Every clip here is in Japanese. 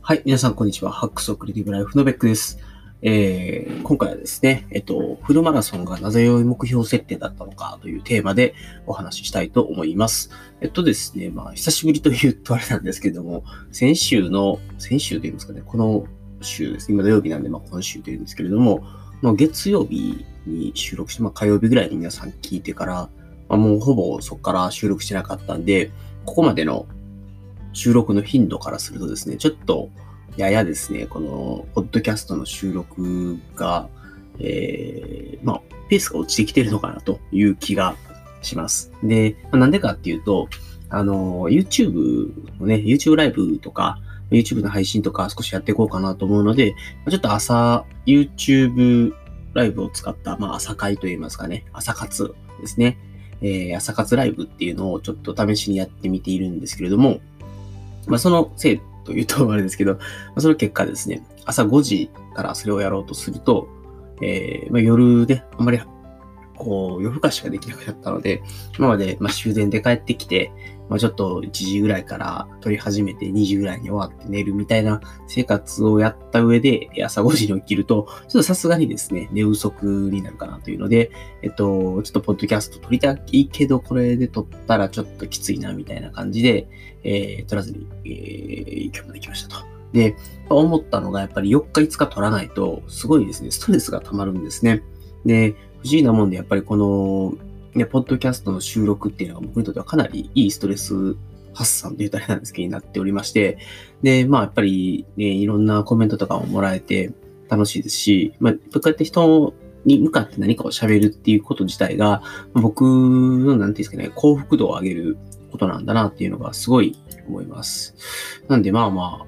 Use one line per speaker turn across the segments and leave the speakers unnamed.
はい、皆さん、こんにちは。ハックスオクリティブライフのベックです。今回はですね、フルマラソンがなぜ良い目標設定だったのかというテーマでお話ししたいと思います。ですね、久しぶりと言うとあれなんですけども、先週と言いますかね、この週ですね、今土曜日なんで、今週と言うんですけれども、月曜日に収録して、火曜日ぐらいに皆さん聞いてから、もうほぼそこから収録してなかったんで、ここまでの収録の頻度からするとですね、ちょっとややですね、このポッドキャストの収録が、ペースが落ちてきてるのかなという気がします。で、なんでかっていうと、YouTube のね、YouTube ライブとか、YouTube の配信とか少しやっていこうかなと思うので、ちょっと朝、YouTube ライブを使った、朝会といいますかね、朝活ですね。朝活ライブっていうのをちょっと試しにやってみているんですけれども、そのせいというとあれですけど、その結果ですね、朝5時からそれをやろうとすると、夜であんまり夜更かしができなくなったので、今まで終電で帰ってきて、ちょっと1時ぐらいから撮り始めて2時ぐらいに終わって寝るみたいな生活をやった上で、朝5時に起きると、ちょっとさすがにですね、寝不足になるかなというので、ちょっとポッドキャスト撮りたいけど、これで撮ったらちょっときついなみたいな感じで、撮らずに、今日まで来ましたと。で、思ったのがやっぱり4日5日撮らないと、すごいですね、ストレスが溜まるんですね。で、不思議なもんで、やっぱりこの、ポッドキャストの収録っていうのは僕にとってはかなりいいストレス発散というとあれなんですけど、になっておりまして、で、やっぱりね、いろんなコメントとかももらえて楽しいですし、こうやって人に向かって何かを喋るっていうこと自体が、僕の、なんていうんですかね、幸福度を上げることなんだなっていうのがすごい思います。なんで、ち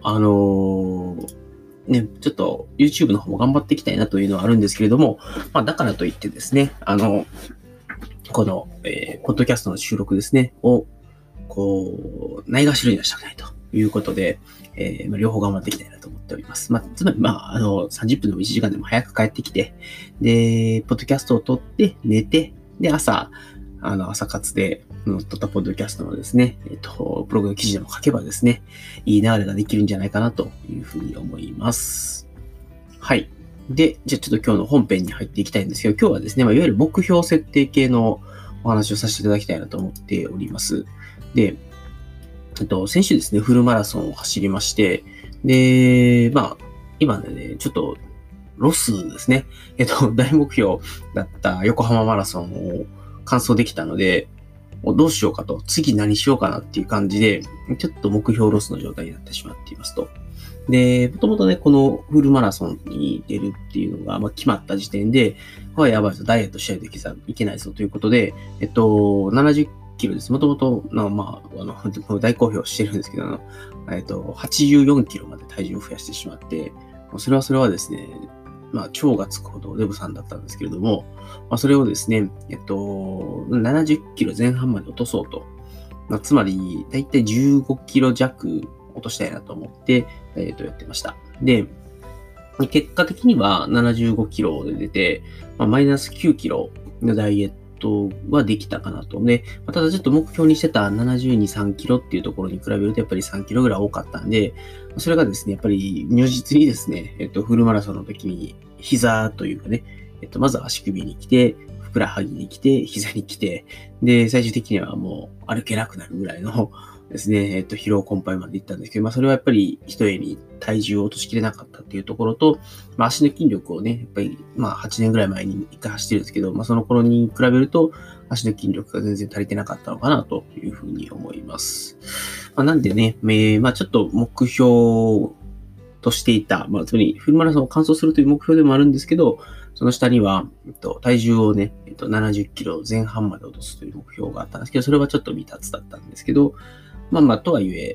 ょっと YouTube の方も頑張っていきたいなというのはあるんですけれども、だからといってですね、この、ポッドキャストの収録ですね、を、ないがしろにはしたくないということで、両方頑張っていきたいなと思っております。つまり、30分でも1時間でも早く帰ってきて、で、ポッドキャストを撮って、寝て、で、朝活で撮ったポッドキャストのですね、ブログの記事でも書けばですね、いい流れができるんじゃないかなというふうに思います。はい。で、じゃあちょっと今日の本編に入っていきたいんですけど、今日はですね、いわゆる目標設定系のお話をさせていただきたいなと思っております。で、先週ですね、フルマラソンを走りまして、で、今ね、ちょっとロスですね、大目標だった横浜マラソンを完走できたので、どうしようかと、次何しようかなっていう感じで、ちょっと目標ロスの状態になってしまっていますと。で、もともとね、このフルマラソンに出るっていうのが、決まった時点で、やばいぞ、ダイエットしないといけないぞということで、70キロです。もともと、大好評してるんですけど、84キロまで体重を増やしてしまって、それはですね、超がつくほどデブさんだったんですけれども、それをですね、70キロ前半まで落とそうと。つまり、だいたい15キロ弱落としたいなと思って、やってました。で、結果的には75キロで出て、マイナス9キロのダイエットはできたかなと。で、ただちょっと目標にしてた72、3キロっていうところに比べるとやっぱり3キロぐらい多かったんで、それがですね、やっぱり如実にですね、フルマラソンの時に膝というかね、まず足首に来て、ふくらはぎに来て、膝に来て、で、最終的にはもう歩けなくなるぐらいのですね、疲労困憊まで行ったんですけど、それはやっぱり一重に体重を落としきれなかったっていうところと、足の筋力をね、やっぱり8年ぐらい前に一回走ってるんですけど、その頃に比べると足の筋力が全然足りてなかったのかなというふうに思います。なんでね、ちょっと目標としていた、つまりフルマラソンを完走するという目標でもあるんですけど、その下には、体重をね、70キロ前半まで落とすという目標があったんですけど、それはちょっと未達だったんですけど、とはいえ、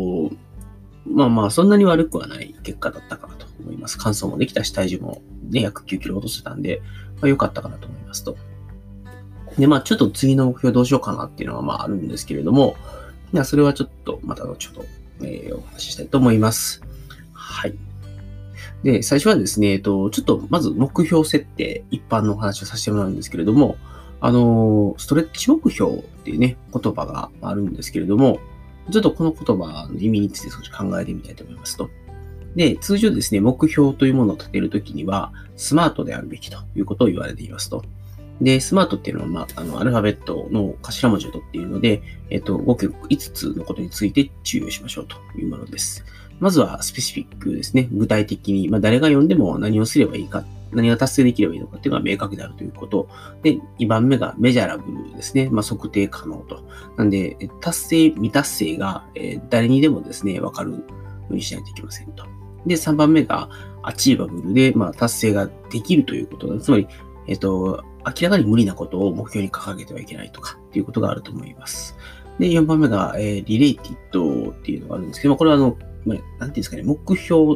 そんなに悪くはない結果だったかなと思います。完走もできたし、体重もね、約9キロ落とせたんで、良かったかなと思いますと。で、ちょっと次の目標どうしようかなっていうのはあるんですけれども、それはちょっとまた後ほど、お話ししたいと思います。はい。で、最初はですね、ちょっとまず目標設定、一般のお話をさせてもらうんですけれども、ストレッチ目標っていうね、言葉があるんですけれども、ちょっとこの言葉の意味について少し考えてみたいと思いますと。 で、通常ですね、目標というものを立てるときには、スマートであるべきということを言われていますと。で、スマートっていうのは、アルファベットの頭文字を取っているので、合計5つのことについて注意をしましょうというものです。まずは、スペシフィックですね。具体的に、誰が読んでも何をすればいいか、何が達成できればいいのかっていうのが明確であるということ。で、2番目がメジャラブルですね。測定可能と。なんで、達成、未達成が、誰にでもですね、わかるようにしないといけませんと。で、3番目がアチーバブルで、達成ができるということだ。つまり、明らかに無理なことを目標に掲げてはいけないとかっていうことがあると思います。で、4番目が、リレイティッドっていうのがあるんですけども、これはなんていうんですかね、目標、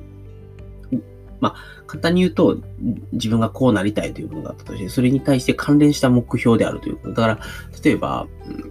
簡単に言うと、自分がこうなりたいというものがあったとして、それに対して関連した目標であるということ。だから、例えば、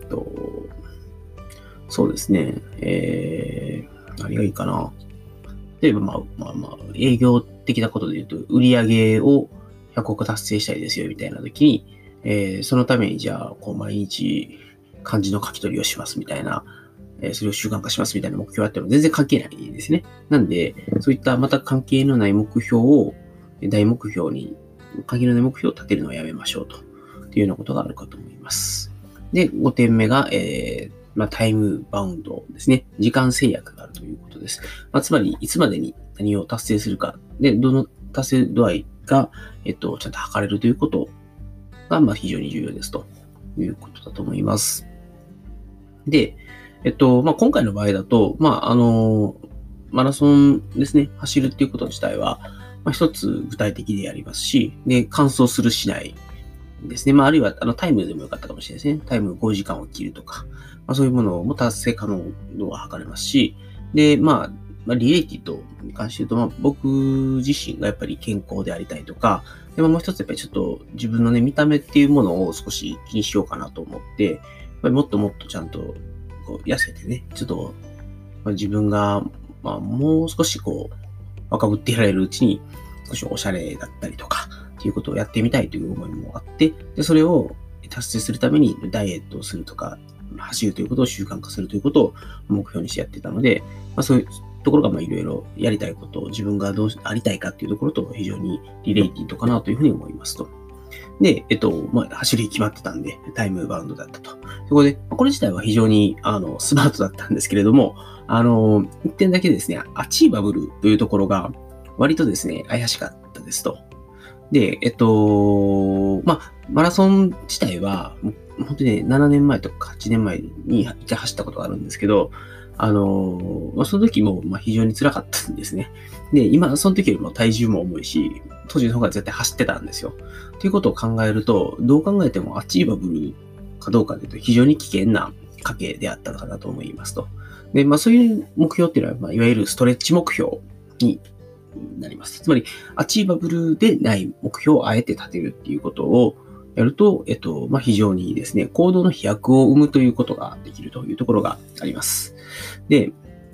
そうですね、何がいいかな。例えば、営業的なことで言うと、売上を100億達成したいですよ、みたいな時に、そのために、じゃあ、毎日、漢字の書き取りをします、みたいな、それを習慣化しますみたいな目標があっても全然関係ないですね。なんで、そういったまた関係のない目標を、大目標に、関係のない目標を立てるのはやめましょうと。いうようなことがあるかと思います。で、5点目が、タイムバウンドですね。時間制約があるということです。つまり、いつまでに何を達成するか、で、どの達成度合いが、ちゃんと測れるということが、非常に重要ですということだと思います。で、今回の場合だと、マラソンですね、走るっていうこと自体は、一つ具体的でありますし、で、完走するしないですね。あるいは、タイムでもよかったかもしれないですね。タイム5時間を切るとか、そういうものも達成可能度が測れますし、で、リレーティッドに関して言うと、僕自身がやっぱり健康でありたいとか、でもう一つやっぱりちょっと自分のね、見た目っていうものを少し気にしようかなと思って、やっぱりもっともっとちゃんと痩せてね、ちょっと、自分が、もう少し若ぶっていられるうちに、少しおしゃれだったりとか、っていうことをやってみたいという思いもあって、で、それを達成するためにダイエットをするとか、走るということを習慣化するということを目標にしてやってたので、そういうところがいろいろやりたいことを自分がどうありたいかっていうところと非常にリレーティッドかなというふうに思いますと。で、走り決まってたんで、タイムバウンドだったと。そこで、これ自体は非常に、スマートだったんですけれども、一点だけですね、アチーバブルというところが、割とですね、怪しかったですと。で、マラソン自体は、本当にね、7年前とか8年前に一回走ったことがあるんですけど、その時も、非常に辛かったんですね。で、今、その時よりも体重も重いし、当時の方が絶対走ってたんですよ。ということを考えると、どう考えてもアチーバブルかどうかというと非常に危険な家系であったのかなと思いますと。で、そういう目標っていうのは、いわゆるストレッチ目標になります。つまり、アチーバブルでない目標をあえて立てるっていうことをやると、非常にですね、行動の飛躍を生むということができるというところがあります。で、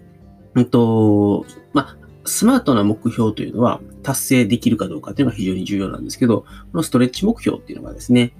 スマートな目標というのは達成できるかどうかというのが非常に重要なんですけど、このストレッチ目標っていうのがですね、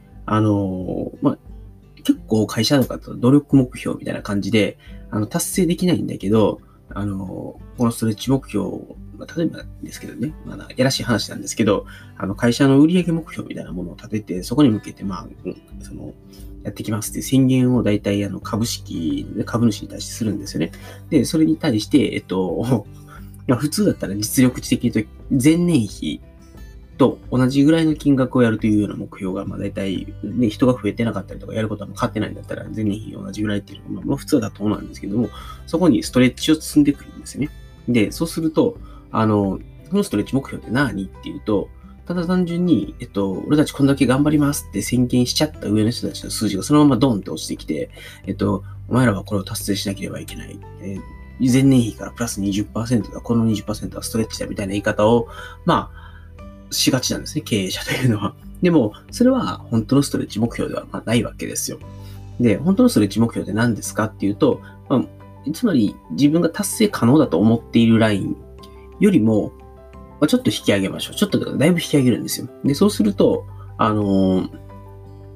結構会社とかと努力目標みたいな感じで、達成できないんだけど、このストレッチ目標、例えばですけどね、やらしい話なんですけど、会社の売上目標みたいなものを立てて、そこに向けて、やってきますっていう宣言を大体、株主に対してするんですよね。で、それに対して、普通だったら実力値的に言うと、前年比と同じぐらいの金額をやるというような目標が、大体、ね、人が増えてなかったりとか、やることは変わってないんだったら、前年比同じぐらいっていうのが、普通だと思うんですけども、そこにストレッチを積んでくるんですよね。で、そうすると、このストレッチ目標って何っていうと、ただ単純に、俺たちこんだけ頑張りますって宣言しちゃった上の人たちの数字がそのままドンって落ちてきて、お前らはこれを達成しなければいけない。前年比からプラス 20% だ、この 20% はストレッチだみたいな言い方を、しがちなんですね、経営者というのは。でも、それは本当のストレッチ目標ではないわけですよ。で、本当のストレッチ目標って何ですかっていうと、つまり自分が達成可能だと思っているラインよりも、ちょっと引き上げましょう。ちょっとだいぶ引き上げるんですよ。で、そうすると、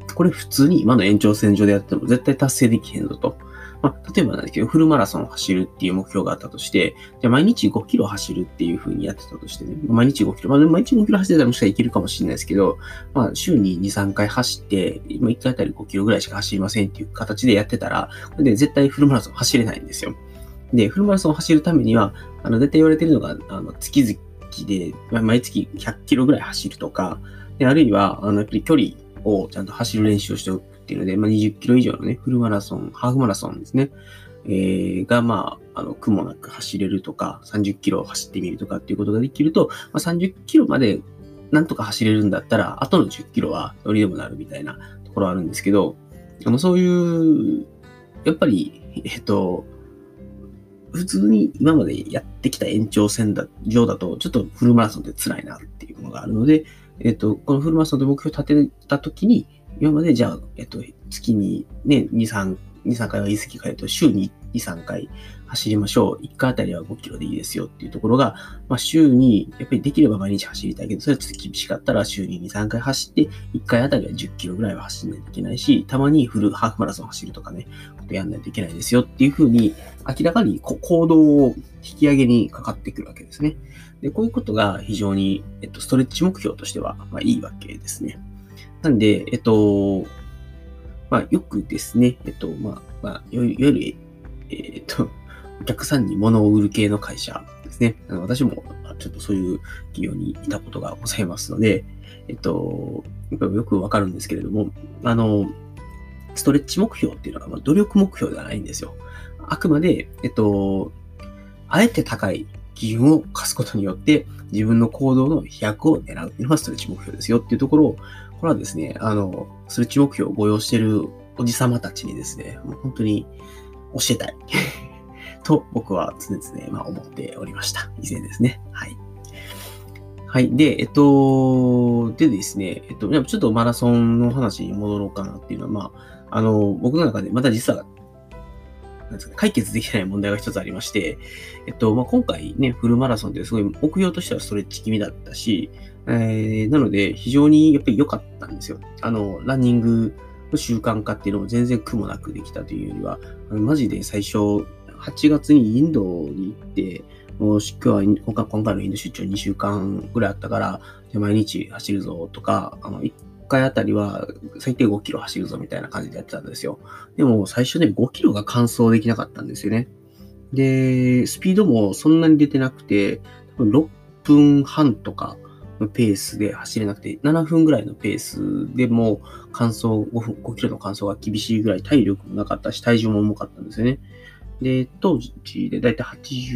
これ普通に今の延長線上でやっても絶対達成できへんぞと。例えばなんですけど、フルマラソンを走るっていう目標があったとして、じゃあ毎日5キロ走るっていう風にやってたとしてね、毎日5キロ、毎日5キロ走ってたらもしかしたらいけるかもしれないですけど、週に2、3回走って、1回あたり5キロぐらいしか走りませんっていう形でやってたら、これで絶対フルマラソン走れないんですよ。で、フルマラソンを走るためには、絶対言われてるのが、月々で、毎月100キロぐらい走るとか、であるいは、やっぱり距離をちゃんと走る練習をしておくっていうので、20キロ以上のね、フルマラソン、ハーフマラソンですね、が、苦もなく走れるとか、30キロ走ってみるとかっていうことができると、30キロまでなんとか走れるんだったら、あとの10キロはどうにでもなるみたいなところはあるんですけど、そういう、やっぱり、普通に今までやってきた延長線上だと、ちょっとフルマラソンって辛いなっていうのがあるので、このフルマラソンで目標を立てたときに、今までじゃあ、月にね、2、3回は言い過ぎかよと、週に2、3回走りましょう。1回あたりは5キロでいいですよっていうところが、週に、やっぱりできれば毎日走りたいけど、それはちょっと厳しかったら週に2、3回走って、1回あたりは10キロぐらいは走らないといけないし、たまにハーフマラソン走るとかね、ことやんないといけないですよっていうふうに、明らかに行動を引き上げにかかってくるわけですね。で、こういうことが非常に、ストレッチ目標としては、いいわけですね。なんで、よくですね、いわゆる、お客さんに物を売る系の会社ですね。私もちょっとそういう企業にいたことがございますので、よくわかるんですけれども、ストレッチ目標っていうのは、努力目標ではないんですよ。あくまで、あえて高い基準を課すことによって、自分の行動の飛躍を狙うっていうのがストレッチ目標ですよっていうところを、これはですね、ストレッチ目標をご用意しているおじさまたちにですね、もう本当に教えたいと僕は常々、思っておりました。以前ですね。はい。はい。で、でですね、ちょっとマラソンの話に戻ろうかなっていうのは、僕の中でまた実は、解決できない問題が一つありまして、今回ね、フルマラソンってすごい目標としてはストレッチ気味だったし、なので非常にやっぱり良かったんですよ。ランニングの習慣化っていうのも全然苦もなくできたというよりは、マジで最初、8月にインドに行って、もう今回のインド出張2週間ぐらいあったから、じゃ毎日走るぞとか、1回あたりは最低5キロ走るぞみたいな感じでやってたんですよ。でも最初ね、5キロが完走できなかったんですよね。で、スピードもそんなに出てなくて、多分6分半とかのペースで走れなくて、7分ぐらいのペースでも5キロの完走が厳しいぐらい体力もなかったし、体重も重かったんですよね。で、当時でだいたい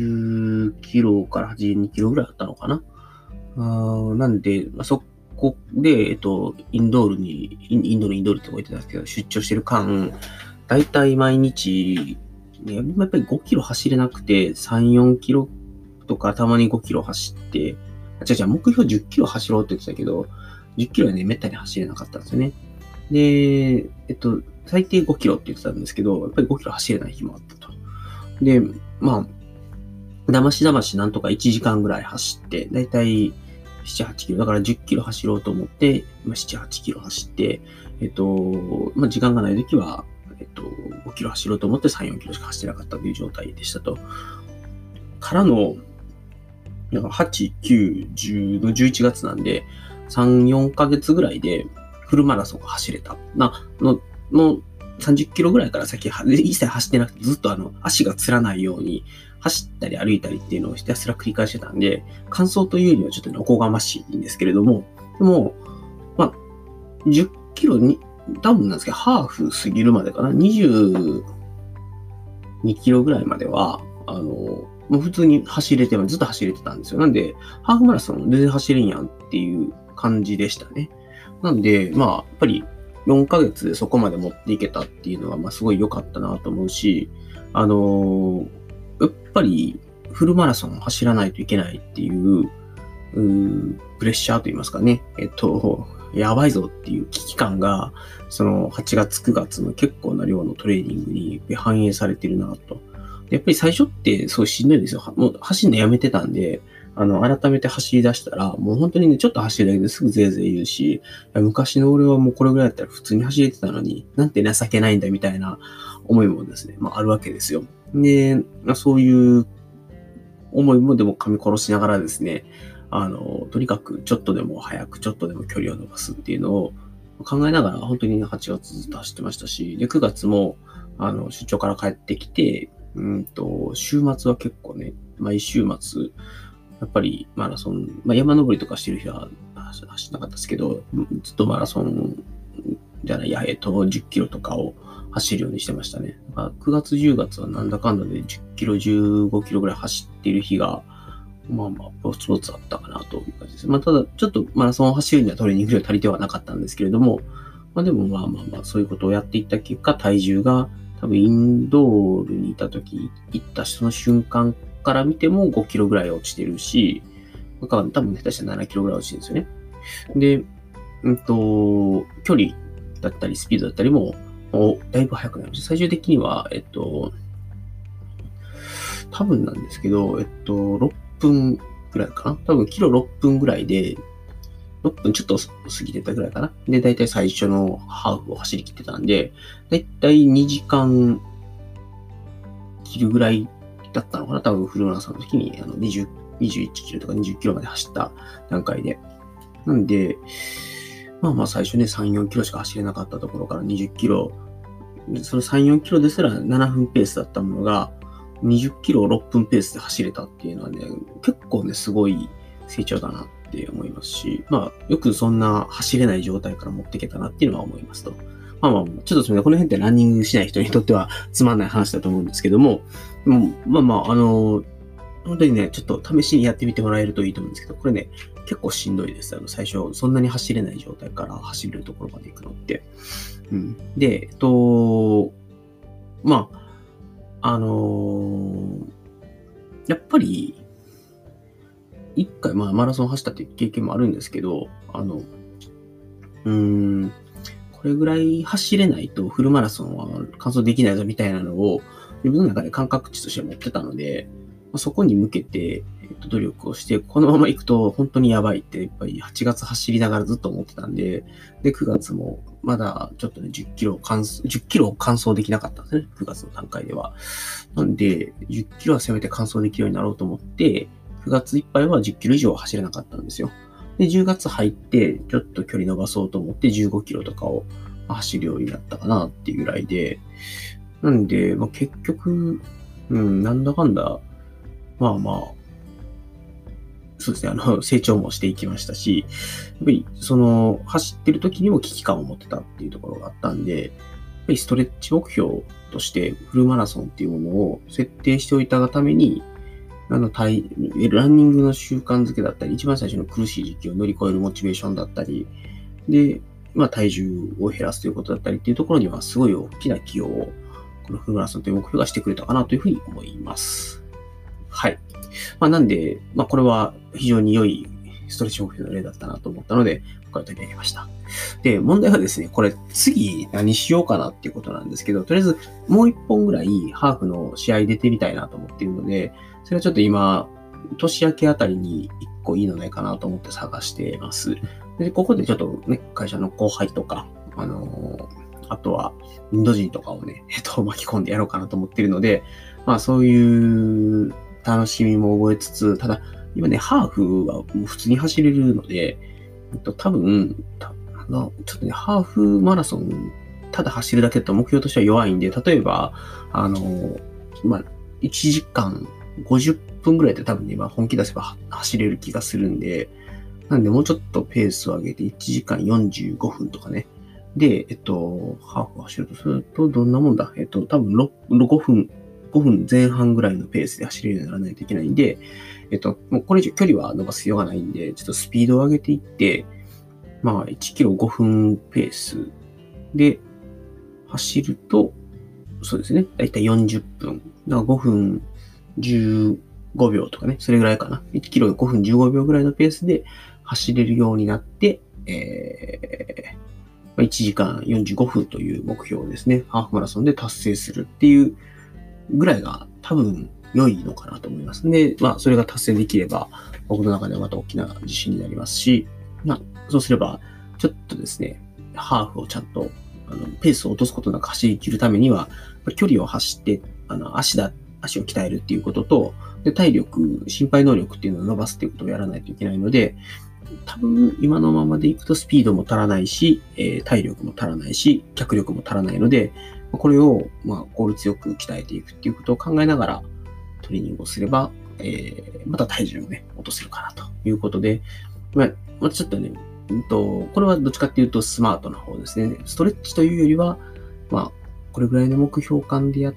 80キロから82キロぐらいあったのかな。なんで、そこで、インドールって置いてたんですけど、出張してる間、だいたい毎日、ね、やっぱり5キロ走れなくて、3、4キロとか、たまに5キロ走って、目標10キロ走ろうって言ってたけど、10キロはね、めったに走れなかったんですよね。で、最低5キロって言ってたんですけど、やっぱり5キロ走れない日もあったと。で、だましなんとか1時間ぐらい走って、だいたい7、8キロ。だから10キロ走ろうと思って、7、8キロ走って、時間がない時は、5キロ走ろうと思って3、4キロしか走ってなかったという状態でしたと。からの、8、9、10の11月なんで、3、4ヶ月ぐらいでフルマラソンが走れた。30キロぐらいから先、一切走ってなくて、ずっと足がつらないように、走ったり歩いたりっていうのをひたすら繰り返してたんで、完走というよりはちょっとおこがましいんですけれども、でも、10キロに、多分なんですけど、ハーフ過ぎるまでかな、22キロぐらいまでは、もう普通にずっと走れてたんですよ。なんで、ハーフマラソン全然走れんやんっていう感じでしたね。なんで、やっぱり4ヶ月でそこまで持っていけたっていうのは、すごい良かったなと思うし、やっぱりフルマラソンを走らないといけないっていう、プレッシャーと言いますかね。やばいぞっていう危機感が、その8月9月の結構な量のトレーニングに反映されてるなと。やっぱり最初ってすごいしんどいんですよ。もう走るのやめてたんで、 改めて走り出したら、もう本当にね、ちょっと走るだけですぐぜいぜい言うし、いや昔の俺はもうこれぐらいだったら普通に走れてたのに、なんて情けないんだみたいな思いもですね、あるわけですよ。で、そういう思いもでも噛み殺しながらですね、とにかくちょっとでも早く、ちょっとでも距離を伸ばすっていうのを考えながら、本当に8月ずっと走ってましたし、で、9月も、出張から帰ってきて、週末は結構ね、毎週末、やっぱりマラソン、山登りとかしてる日は走んなかったですけど、ずっとマラソンじゃないや、10キロとかを走るようにしてましたね。9月、10月はなんだかんだで10キロ、15キロぐらい走っている日が、ぼつぼつあったかなという感じです。ただ、ちょっとマラソンを走るにはトレーニング量足りてはなかったんですけれども、でもそういうことをやっていった結果、体重が多分インドールにいた時、行ったその瞬間から見ても5キロぐらい落ちてるし、多分下手したら7キロぐらい落ちてるんですよね。で、距離だったりスピードだったりも、だいぶ速くなりました。最終的には、多分なんですけど、6分ぐらいかな。多分キロ6分ぐらいで、6分ちょっと過ぎてたぐらいかな。で、だいたい最初のハーフを走り切ってたんで、だいたい2時間切るぐらいだったのかな。多分フルマラソンの時に21キロとか20キロまで走った段階で。なんで、最初ね、3、4キロしか走れなかったところから20キロ、その3、4キロですら7分ペースだったものが、20キロを6分ペースで走れたっていうのはね、結構ね、すごい成長だなって思いますし、よくそんな走れない状態から持っていけたなっていうのは思いますと。ちょっとこの辺ってランニングしない人にとってはつまんない話だと思うんですけども、本当にね、ちょっと試しにやってみてもらえるといいと思うんですけど、これね、結構しんどいです。最初、そんなに走れない状態から走れるところまで行くのって。で、やっぱり、一回、マラソン走ったっていう経験もあるんですけど、これぐらい走れないとフルマラソンは完走できないぞみたいなのを自分の中で感覚値として持ってたので、そこに向けて、努力をして、このまま行くと本当にやばいって、やっぱり8月走りながらずっと思ってたんで、で、9月もまだちょっとね、10キロを完走できなかったんですね。9月の段階では。なんで、10キロはせめて完走できるようになろうと思って、9月いっぱいは10キロ以上は走れなかったんですよ。で、10月入って、ちょっと距離伸ばそうと思って15キロとかを走るようになったかなっていうぐらいで、なんで、結局、なんだかんだ、そうですね、成長もしていきましたし、やっぱり、走ってる時にも危機感を持ってたっていうところがあったんで、やっぱりストレッチ目標としてフルマラソンっていうものを設定しておいたがために、ランニングの習慣づけだったり、一番最初の苦しい時期を乗り越えるモチベーションだったり、で、体重を減らすということだったりっていうところには、すごい大きな寄与を、このフルマラソンという目標がしてくれたかなというふうに思います。はい。なんで、これは非常に良いストレッチ目標の例だったなと思ったので、ここから取り上げました。で、問題はですね、これ次何しようかなっていうことなんですけど、とりあえずもう一本ぐらいハーフの試合出てみたいなと思っているので、それはちょっと今、年明けあたりに一個いいのないかなと思って探しています。で、ここでちょっとね、会社の後輩とか、あとは、インド人とかをね、巻き込んでやろうかなと思っているので、そういう楽しみも覚えつつ、ただ、今ね、ハーフはもう普通に走れるので、多分、ちょっとね、ハーフマラソン、ただ走るだけだと目標としては弱いんで、例えば、1時間50分ぐらいで多分ね、今本気出せば走れる気がするんで、なんでもうちょっとペースを上げて1時間45分とかね。で、ハーフを走るとするとどんなもんだ多分5分前半ぐらいのペースで走れるようにならないといけないんで、もうこれ以上距離は伸ばす必要がないんで、ちょっとスピードを上げていって、1キロ5分ペースで走ると、そうですね。だいたい40分。だから5分15秒とかね、それぐらいかな。1キロ5分15秒ぐらいのペースで走れるようになって、1時間45分という目標をですね、ハーフマラソンで達成するっていうぐらいが多分良いのかなと思います。で、それが達成できれば、 僕の中ではまた大きな自信になりますし、そうすれば、ちょっとですね、ハーフをちゃんと、ペースを落とすことなく走り切るためには、距離を走って、足を鍛えるっていうことと、で体力、心肺能力っていうのを伸ばすっていうことをやらないといけないので、多分今のままでいくとスピードも足らないし、体力も足らないし、脚力も足らないので、これを効率よく鍛えていくっていうことを考えながらトレーニングをすれば、また体重をね、落とせるかなということで、ちょっとね、これはどっちかっていうとスマートな方ですね。ストレッチというよりは、これぐらいの目標感でやって、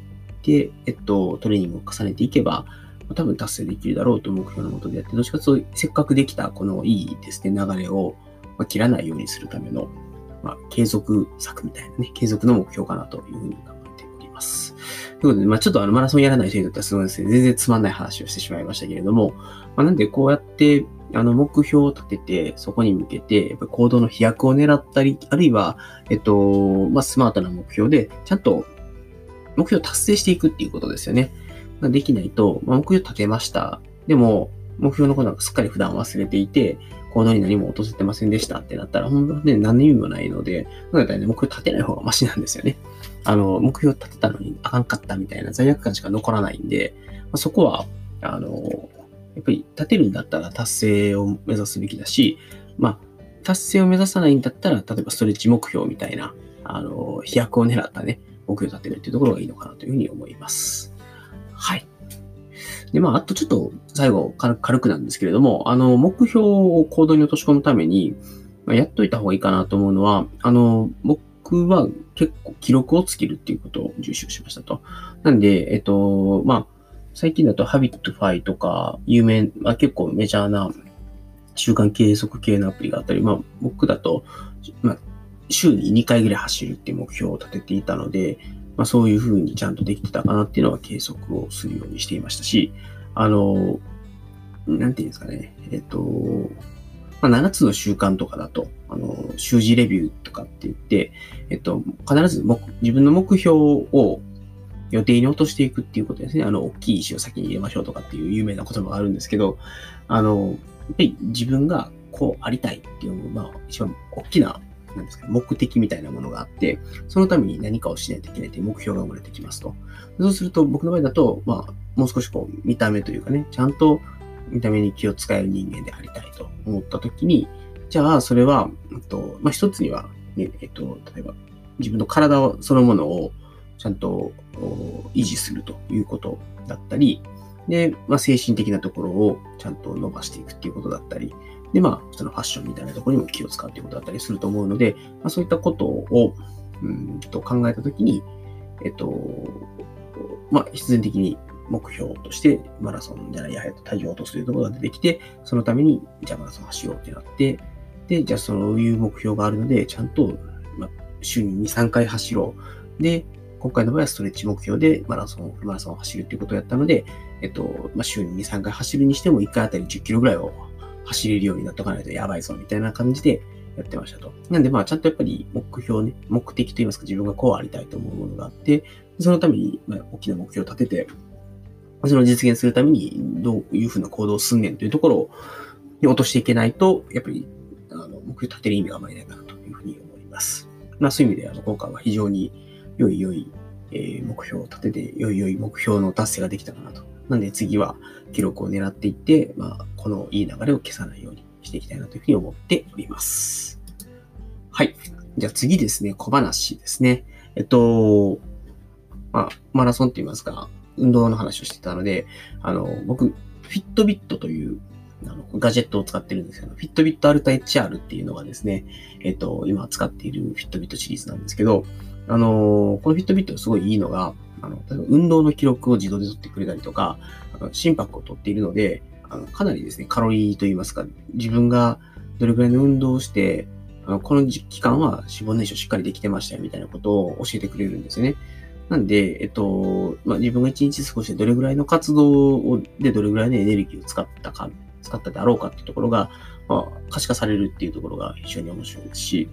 トレーニングを重ねていけば、多分達成できるだろうという目標のもとでやって、どっちかというとせっかくできたこのいいですね、流れを切らないようにするための、継続策みたいなね、継続の目標かなというふうに考えております。ということで、ちょっとマラソンやらない人にとってはすごいですね、全然つまんない話をしてしまいましたけれども、なんでこうやって、目標を立てて、そこに向けて、やっぱり行動の飛躍を狙ったり、あるいは、スマートな目標で、ちゃんと目標を達成していくっていうことですよね。できないと、目標立てました。でも、目標のことなんかすっかり普段忘れていて、行動に何も落とせてませんでしたってなったら、本当に何の意味もないので、だったらね、目標立てない方がマシなんですよね。目標立てたのにあかんかったみたいな罪悪感しか残らないんで、そこは、やっぱり立てるんだったら達成を目指すべきだし、達成を目指さないんだったら、例えばストレッチ目標みたいな、飛躍を狙ったね、目標を立てるっていうところがいいのかなというふうに思います。はい。で、あとちょっと最後軽くなんですけれども、目標を行動に落とし込むために、やっといた方がいいかなと思うのは、僕は結構記録をつけるっていうことを重視しましたと。なんで、最近だと Habitify とか有名、結構メジャーな習慣計測系のアプリがあったり、僕だと、週に2回ぐらい走るっていう目標を立てていたので、そういう風にちゃんとできてたかなっていうのは計測をするようにしていましたし、なんていうんですかね、7つの習慣とかだと、習字レビューとかって言って、必ず自分の目標を予定に落としていくっていうことですね。大きい石を先に入れましょうとかっていう有名な言葉があるんですけど、やっぱり自分がこうありたいっていう、一番大きな、なんですか、目的みたいなものがあって、そのために何かをしないといけないという目標が生まれてきますと。そうすると、僕の場合だと、もう少し見た目というかね、ちゃんと見た目に気を使える人間でありたいと思ったときに、じゃあ、それは、一つには、ね、例えば、自分の体そのものをちゃんと維持するということだったり、で、精神的なところをちゃんと伸ばしていくっていうことだったり、で、そのファッションみたいなところにも気を使うということだったりすると思うので、そういったことを、考えたときに、必然的に目標としてマラソンじゃないや、体重を落とすというところが出てきて、そのために、じゃあマラソン走ろうってなって、で、じゃあそういう目標があるので、ちゃんと、週に2、3回走ろう。で、今回の場合はストレッチ目標でマラソンを走るということをやったので、週に2、3回走るにしても1回あたり10キロぐらいを走れるようになっとかないとやばいぞみたいな感じでやってましたと。なんでちゃんとやっぱり目標ね、目的といいますか自分がこうありたいと思うものがあって、そのために大きな目標を立てて、それを実現するためにどういうふうな行動をすんねんというところに落としていけないと、やっぱり目標を立てる意味があまりないかなというふうに思います。そういう意味で今回は非常に良い目標を立てて、良い目標の達成ができたかなと。なんで次は記録を狙っていって、このいい流れを消さないようにしていきたいなというふうに思っております。はい。じゃあ次ですね、小話ですね。マラソンって言いますか、運動の話をしてたので、僕、フィットビットというガジェットを使ってるんですけど、フィットビットアルタ HR っていうのがですね、今使っているフィットビットシリーズなんですけど、このフィットビットすごいいいのが、例えば運動の記録を自動で取ってくれたりとか、心拍を取っているので、かなりですね、カロリーといいますか、自分がどれくらいの運動をして、この期間は脂肪燃焼しっかりできてましたよみたいなことを教えてくれるんですよね。なんで、自分が一日過ごしてどれぐらいの活動でどれぐらいのエネルギーを使ったであろうかっていうところが、可視化されるっていうところが非常に面白いですし、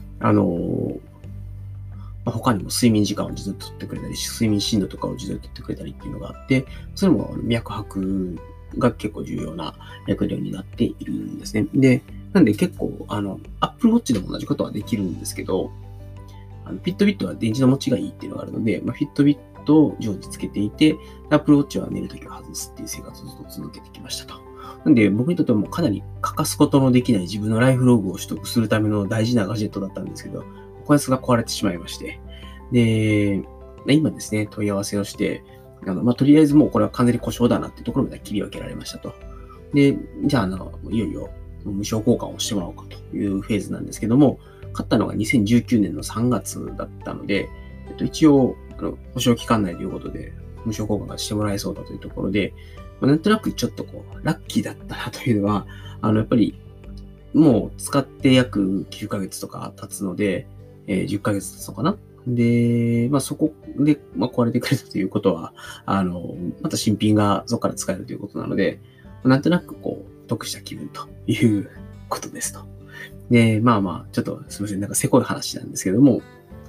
他にも睡眠時間を自動で取ってくれたり、睡眠深度とかを自動で取ってくれたりっていうのがあって、それも脈拍が結構重要な役割になっているんですね。で、なんで結構、Apple Watch でも同じことはできるんですけど、Fitbit は電池の持ちがいいっていうのがあるので、Fitbit を常時つけていて、Apple Watch は寝るときは外すっていう生活をずっと続けてきましたと。なんで、僕にとってはもうかなり欠かすことのできない自分のライフログを取得するための大事なガジェットだったんですけど、こやつが壊れてしまいまして。で、今ですね、問い合わせをして、とりあえずもうこれは完全に故障だなっていうところまで切り分けられましたと。で、じゃあ、いよいよ無償交換をしてもらおうかというフェーズなんですけども、買ったのが2019年の3月だったので、一応、保証期間内ということで、無償交換がしてもらえそうだというところで、なんとなくちょっとラッキーだったなというのは、やっぱり、もう使って約9ヶ月とか経つので、10ヶ月経つのかな。で、そこで、壊れてくれたということは、また新品がそこから使えるということなので、なんとなく得した気分ということですと。で、ちょっとすみません、なんかせこい話なんですけども、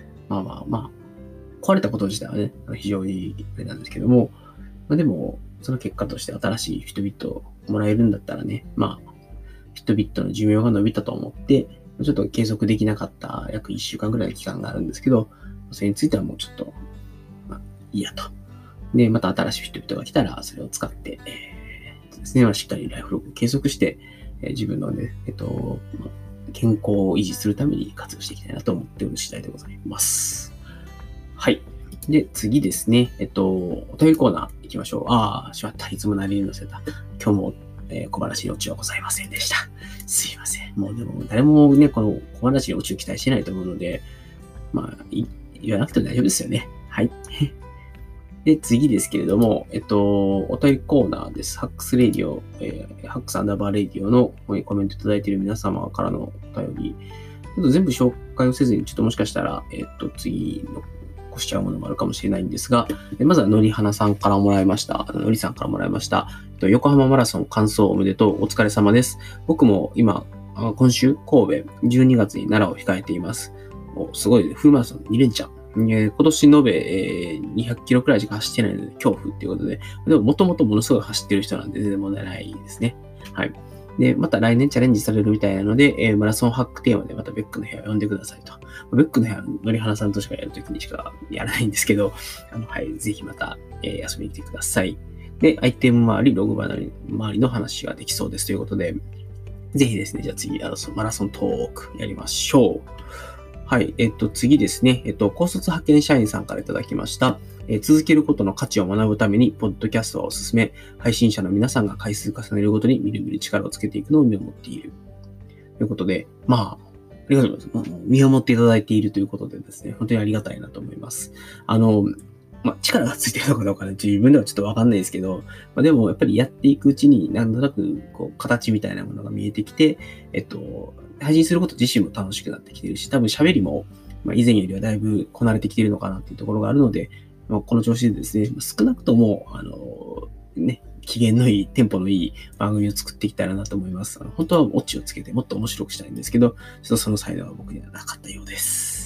壊れたこと自体はね、非常にあれなんですけども、でも、その結果として新しいフィットビットをもらえるんだったらね、フィットビットの寿命が伸びたと思って、ちょっと継続できなかった約1週間ぐらいの期間があるんですけど、それについてはもうちょっと、いいやと。で、また新しいフィットビットが来たら、それを使って、ですね、しっかりライフログを継続して、自分のね、健康を維持するために活用していきたいなと思っている次第でございます。はい。で、次ですね。お便りコーナー行きましょう。しまった。いつもなりに載せた。今日も、小話にオチはございませんでした。すいません。もうでも、誰もね、この小話にオチを期待してないと思うので、言わなくても大丈夫ですよね。はい。で、次ですけれども、お便りコーナーです。ハックスレディオ、ハックスアンダーバーレディオのコメントいただいている皆様からのお便り、ちょっと全部紹介をせずに、ちょっともしかしたら、次の越しちゃうものもあるかもしれないんですが、まずはのりはなさんからもらいました。のりさんからもらいました。横浜マラソン完走おめでとう。お疲れ様です。僕も今週、神戸、12月に奈良を控えています。すごいね。フルマラソン2連チャン。今年延べ、200キロくらいしか走ってないので恐怖っていうことで、でももともとものすごい走ってる人なんで全然問題ないですね。はい。で、また来年チャレンジされるみたいなので、マラソンハックテーマでまたベックの部屋を呼んでくださいと。ベックの部屋はのりはなさんとしかやるときにしかやらないんですけど、はい、ぜひまた、遊びに来てください。で、アイテム周り、ログ周りの話ができそうですということで、ぜひですね、じゃあ次、マラソントークやりましょう。はい。次ですね。高卒派遣社員さんからいただきました。続けることの価値を学ぶために、ポッドキャストはおすすめ。配信者の皆さんが回数重ねるごとにみるみる力をつけていくのを見守っている。ということで、ありがとうございます。見守っていただいているということでですね、本当にありがたいなと思います。力がついてるのかどうかね、自分ではちょっとわかんないですけど、でもやっぱりやっていくうちになんとなく形みたいなものが見えてきて、配信すること自身も楽しくなってきてるし、多分喋りも、以前よりはだいぶこなれてきているのかなっていうところがあるので、この調子でですね、少なくとも、機嫌のいい、テンポのいい番組を作っていきたいなと思います。本当はオチをつけてもっと面白くしたいんですけど、ちょっとその才能は僕にはなかったようです。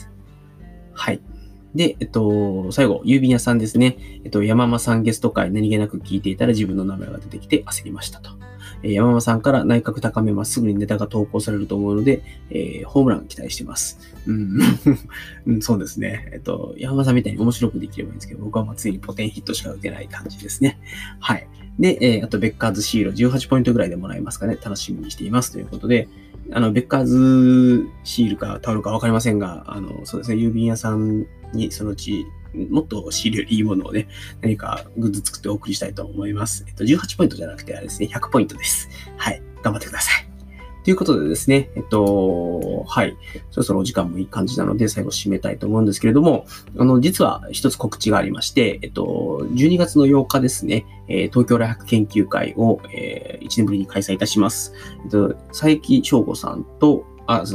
はい。で、最後、郵便屋さんですね。山間さんゲスト会何気なく聞いていたら自分の名前が出てきて焦りましたと。山間さんから内角高めますぐにネタが投稿されると思うので、ホームラン期待してます。そうですね。山間さんみたいに面白くできればいいんですけど、僕はついにポテンヒットしか打てない感じですね。はい。で、あと、ベッカーズシール18ポイントぐらいでもらえますかね。楽しみにしています。ということで、ベッカーズシールかタオルかわかりませんが、そうですね、郵便屋さんにそのうち、もっとシールよりいいものをね、何かグッズ作ってお送りしたいと思います。18ポイントじゃなくて、あれですね、100ポイントです。はい。頑張ってください。ということでですね、はい。そろそろお時間もいい感じなので、最後締めたいと思うんですけれども、実は一つ告知がありまして、12月の8日ですね、東京大学研究会を、1年ぶりに開催いたします。佐々木翔吾さんと、佐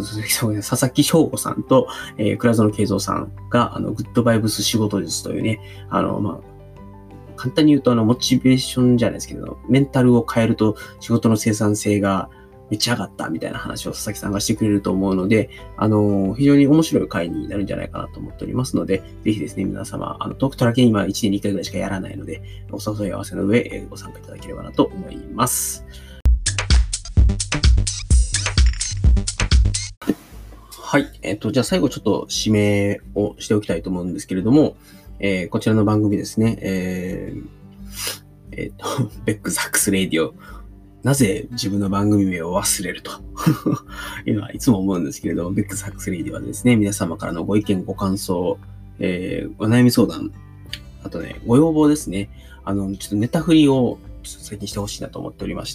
々木翔吾さんと、倉園慶三さんが、グッドバイブス仕事術というね、簡単に言うと、モチベーションじゃないですけど、メンタルを変えると仕事の生産性が、 めっちゃ上がったみたいな話を佐々木さんがしてくれると思うので、非常に面白い回になるんじゃないかなと思っておりますので、ぜひですね、皆様、トークトラケ今1年に1回ぐらいしかやらないので、お誘い合わせの上、ご参加いただければなと思います。はい。じゃあ最後ちょっと指名をしておきたいと思うんですけれども、こちらの番組ですね、ベックザックスレイディオ、なぜ自分の番組名を忘れるというのはいつも思うんですけれども、ベックスハックスレイディはですね、皆様からのご意見、ご感想、お悩み相談、あとね、ご要望ですね。ちょっとネタ振りをちょっと最近してほしいなと思っておりまして、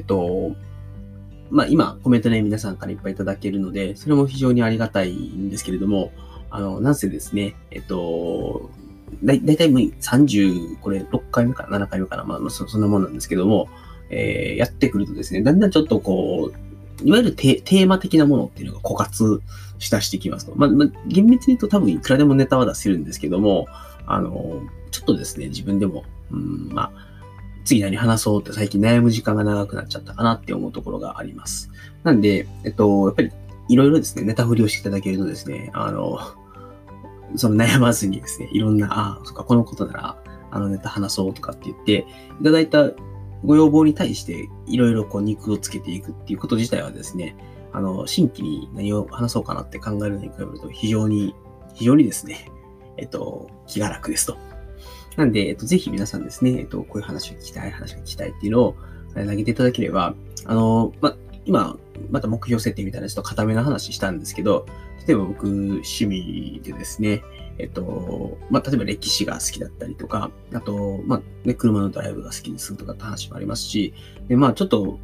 今、コメントね、皆さんからいっぱいいただけるので、それも非常にありがたいんですけれども、なんせですね、だいたい30、これ6回目かな、7回目かな、そんなもんなんですけども、やってくるとですね、だんだんちょっとこう、いわゆるテーマ的なものっていうのが枯渇しだしてきますと。厳密に言うと多分いくらでもネタは出せるんですけども、ちょっとですね、自分でも、次何話そうって最近悩む時間が長くなっちゃったかなって思うところがあります。なんで、やっぱりいろいろですね、ネタ振りをしていただけるとですね、その悩まずにですね、いろんな、そっか、このことなら、ネタ話そうとかって言って、いただいたご要望に対していろいろこう肉をつけていくっていうこと自体はですね、新規に何を話そうかなって考えるのに比べると非常にですね、気が楽ですと。なんで、ぜひ皆さんですね、こういう話が聞きたいっていうのを投げていただければ、今、また目標設定みたいなちょっと固めの話したんですけど、例えば僕、趣味でですね、例えば歴史が好きだったりとか、あと、車のドライブが好きですとかって話もありますし、で、ちょっと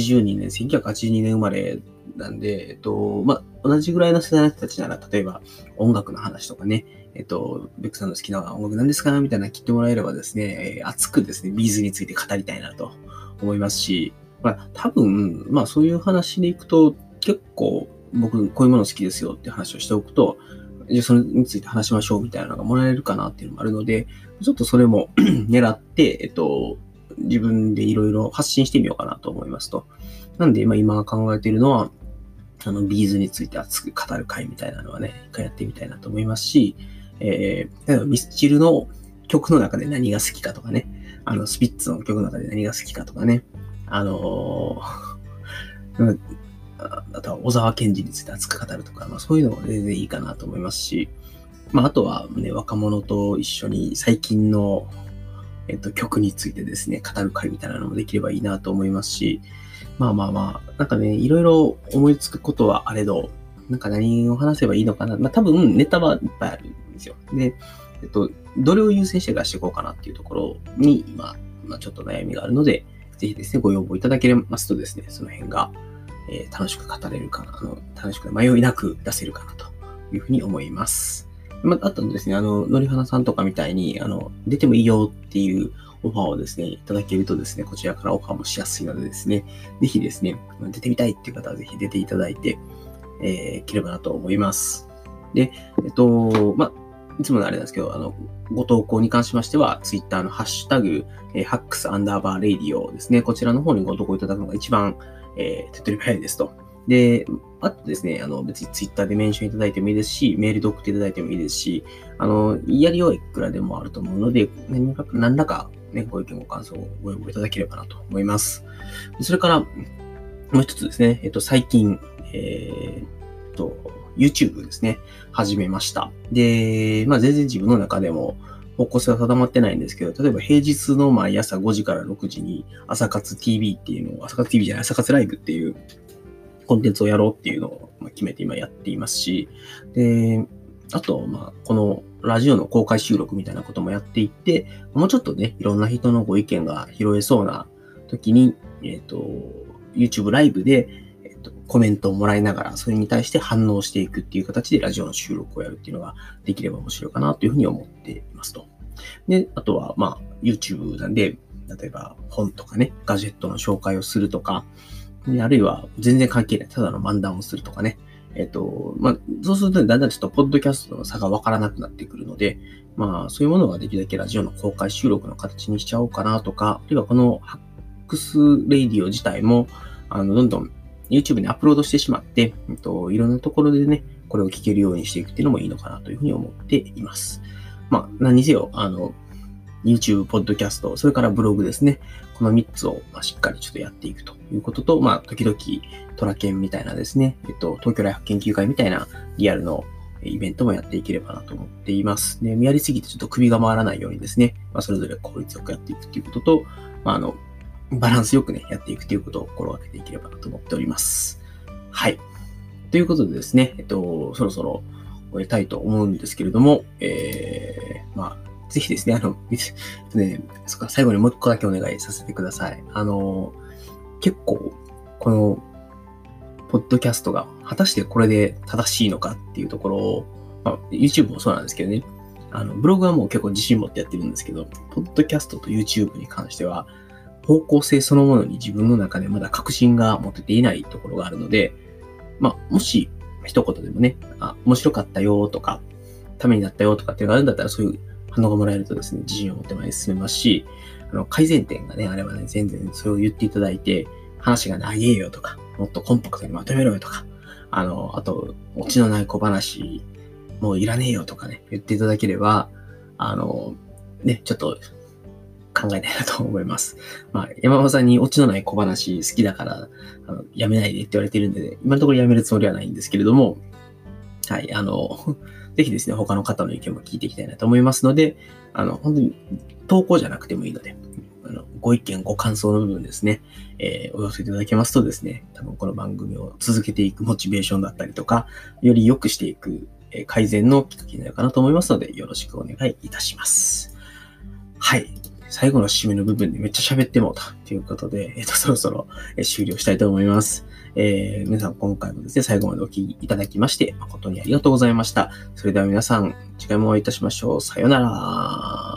1982年生まれなんで、同じぐらいの世代の人たちなら、例えば音楽の話とかね、ベックさんの好きな音楽なんですかみたいな聞いてもらえればですね、熱くですね、ビーズについて語りたいなと思いますし、多分、そういう話でいくと、結構僕こういうもの好きですよって話をしておくと、じゃあそれについて話しましょうみたいなのがもらえるかなっていうのもあるので、ちょっとそれも狙って、自分でいろいろ発信してみようかなと思いますと。なんで、今考えているのは、ビーズについて熱く語る会みたいなのはね、一回やってみたいなと思いますし、例えばミスチルの曲の中で何が好きかとかね、スピッツの曲の中で何が好きかとかね、あとは小沢健二について熱く語るとか、そういうのも全然いいかなと思いますし、あとはね、若者と一緒に最近の、曲についてですね、語る会みたいなのもできればいいなと思いますし、なんかね、いろいろ思いつくことはあれど、なんか何を話せばいいのかな。多分ネタはいっぱいあるんですよ。で、どれを優先して出していこうかなっていうところに、今ちょっと悩みがあるので、ぜひですね、ご要望いただけますとですね、その辺が、楽しく語れるかな、楽しく迷いなく出せるかなというふうに思います。あとですね、のりはなさんとかみたいに、出てもいいよっていうオファーをですね、いただけるとですね、こちらからオファーもしやすいのでですね、ぜひですね、出てみたいっていう方はぜひ出ていただいて、いければなと思います。で、いつものあれなんですけど、ご投稿に関しましては、ツイッターのハッシュタグ、ハックス_レイディオですね、こちらの方にご投稿いただくのが一番、手っ取り早いですと。で、あとですね、別にツイッターでメンションいただいてもいいですし、メールで送っていただいてもいいですし、やりよういくらでもあると思うので、何らかね、ご意見ご感想をご要望いただければなと思います。それから、もう一つですね、最近、YouTube ですね、始めました。で、全然自分の中でも方向性は定まってないんですけど、例えば平日の毎朝5時から6時に朝活 TV っていうのを、朝活 TV じゃない、朝活ライブっていうコンテンツをやろうっていうのを決めて今やっていますし、で、あと、このラジオの公開収録みたいなこともやっていって、もうちょっとね、いろんな人のご意見が拾えそうな時に、YouTube ライブで、コメントをもらいながら、それに対して反応していくっていう形でラジオの収録をやるっていうのができれば面白いかなというふうに思っていますと。で、あとは、YouTube なんで、例えば本とかね、ガジェットの紹介をするとか、あるいは全然関係ない、ただの漫談をするとかね。そうするとだんだんちょっとポッドキャストの差がわからなくなってくるので、そういうものはできるだけラジオの公開収録の形にしちゃおうかなとか、あるいはこのハックスレイディオ自体も、どんどん YouTube にアップロードしてしまって、いろんなところでね、これを聞けるようにしていくっていうのもいいのかなというふうに思っています。何にせよ、YouTube、ポッドキャスト、それからブログですね。この3つをしっかりちょっとやっていくということと、時々トラケンみたいなですね、東京ライフ研究会みたいなリアルのイベントもやっていければなと思っています。で、やりすぎてちょっと首が回らないようにですね、それぞれ効率よくやっていくということと、バランスよくね、やっていくということを心がけていければなと思っております。はい。ということでですね、そろそろ終えたいと思うんですけれども、ぜひですね、最後にもう一個だけお願いさせてください。結構、この、ポッドキャストが果たしてこれで正しいのかっていうところを、YouTube もそうなんですけどね、ブログはもう結構自信持ってやってるんですけど、ポッドキャストと YouTube に関しては、方向性そのものに自分の中でまだ確信が持てていないところがあるので、もし一言でもね、面白かったよとか、ためになったよとかっていうのがあるんだったら、そういう反応がもらえるとですね、自信を持って前に進めますし、改善点がね、あればね、全然それを言っていただいて、話が長えよとか、もっとコンパクトにまとめろよとか、あと、オチのない小話、もういらねえよとかね、言っていただければ、ちょっと考えたいなと思います。山本さんにオチのない小話好きだから、やめないでって言われているんで、今のところやめるつもりはないんですけれども、はい、ぜひですね、他の方の意見も聞いていきたいなと思いますので、本当に投稿じゃなくてもいいので、ご意見、ご感想の部分ですね、お寄せいただけますとですね、多分この番組を続けていくモチベーションだったりとか、より良くしていく改善のきっかけになるかなと思いますので、よろしくお願いいたします。はい。最後の締めの部分でめっちゃ喋ってもうたということで、そろそろ終了したいと思います。皆さん今回もですね、最後までお聞きいただきまして、誠にありがとうございました。それでは皆さん、次回もお会いいたしましょう。さようなら。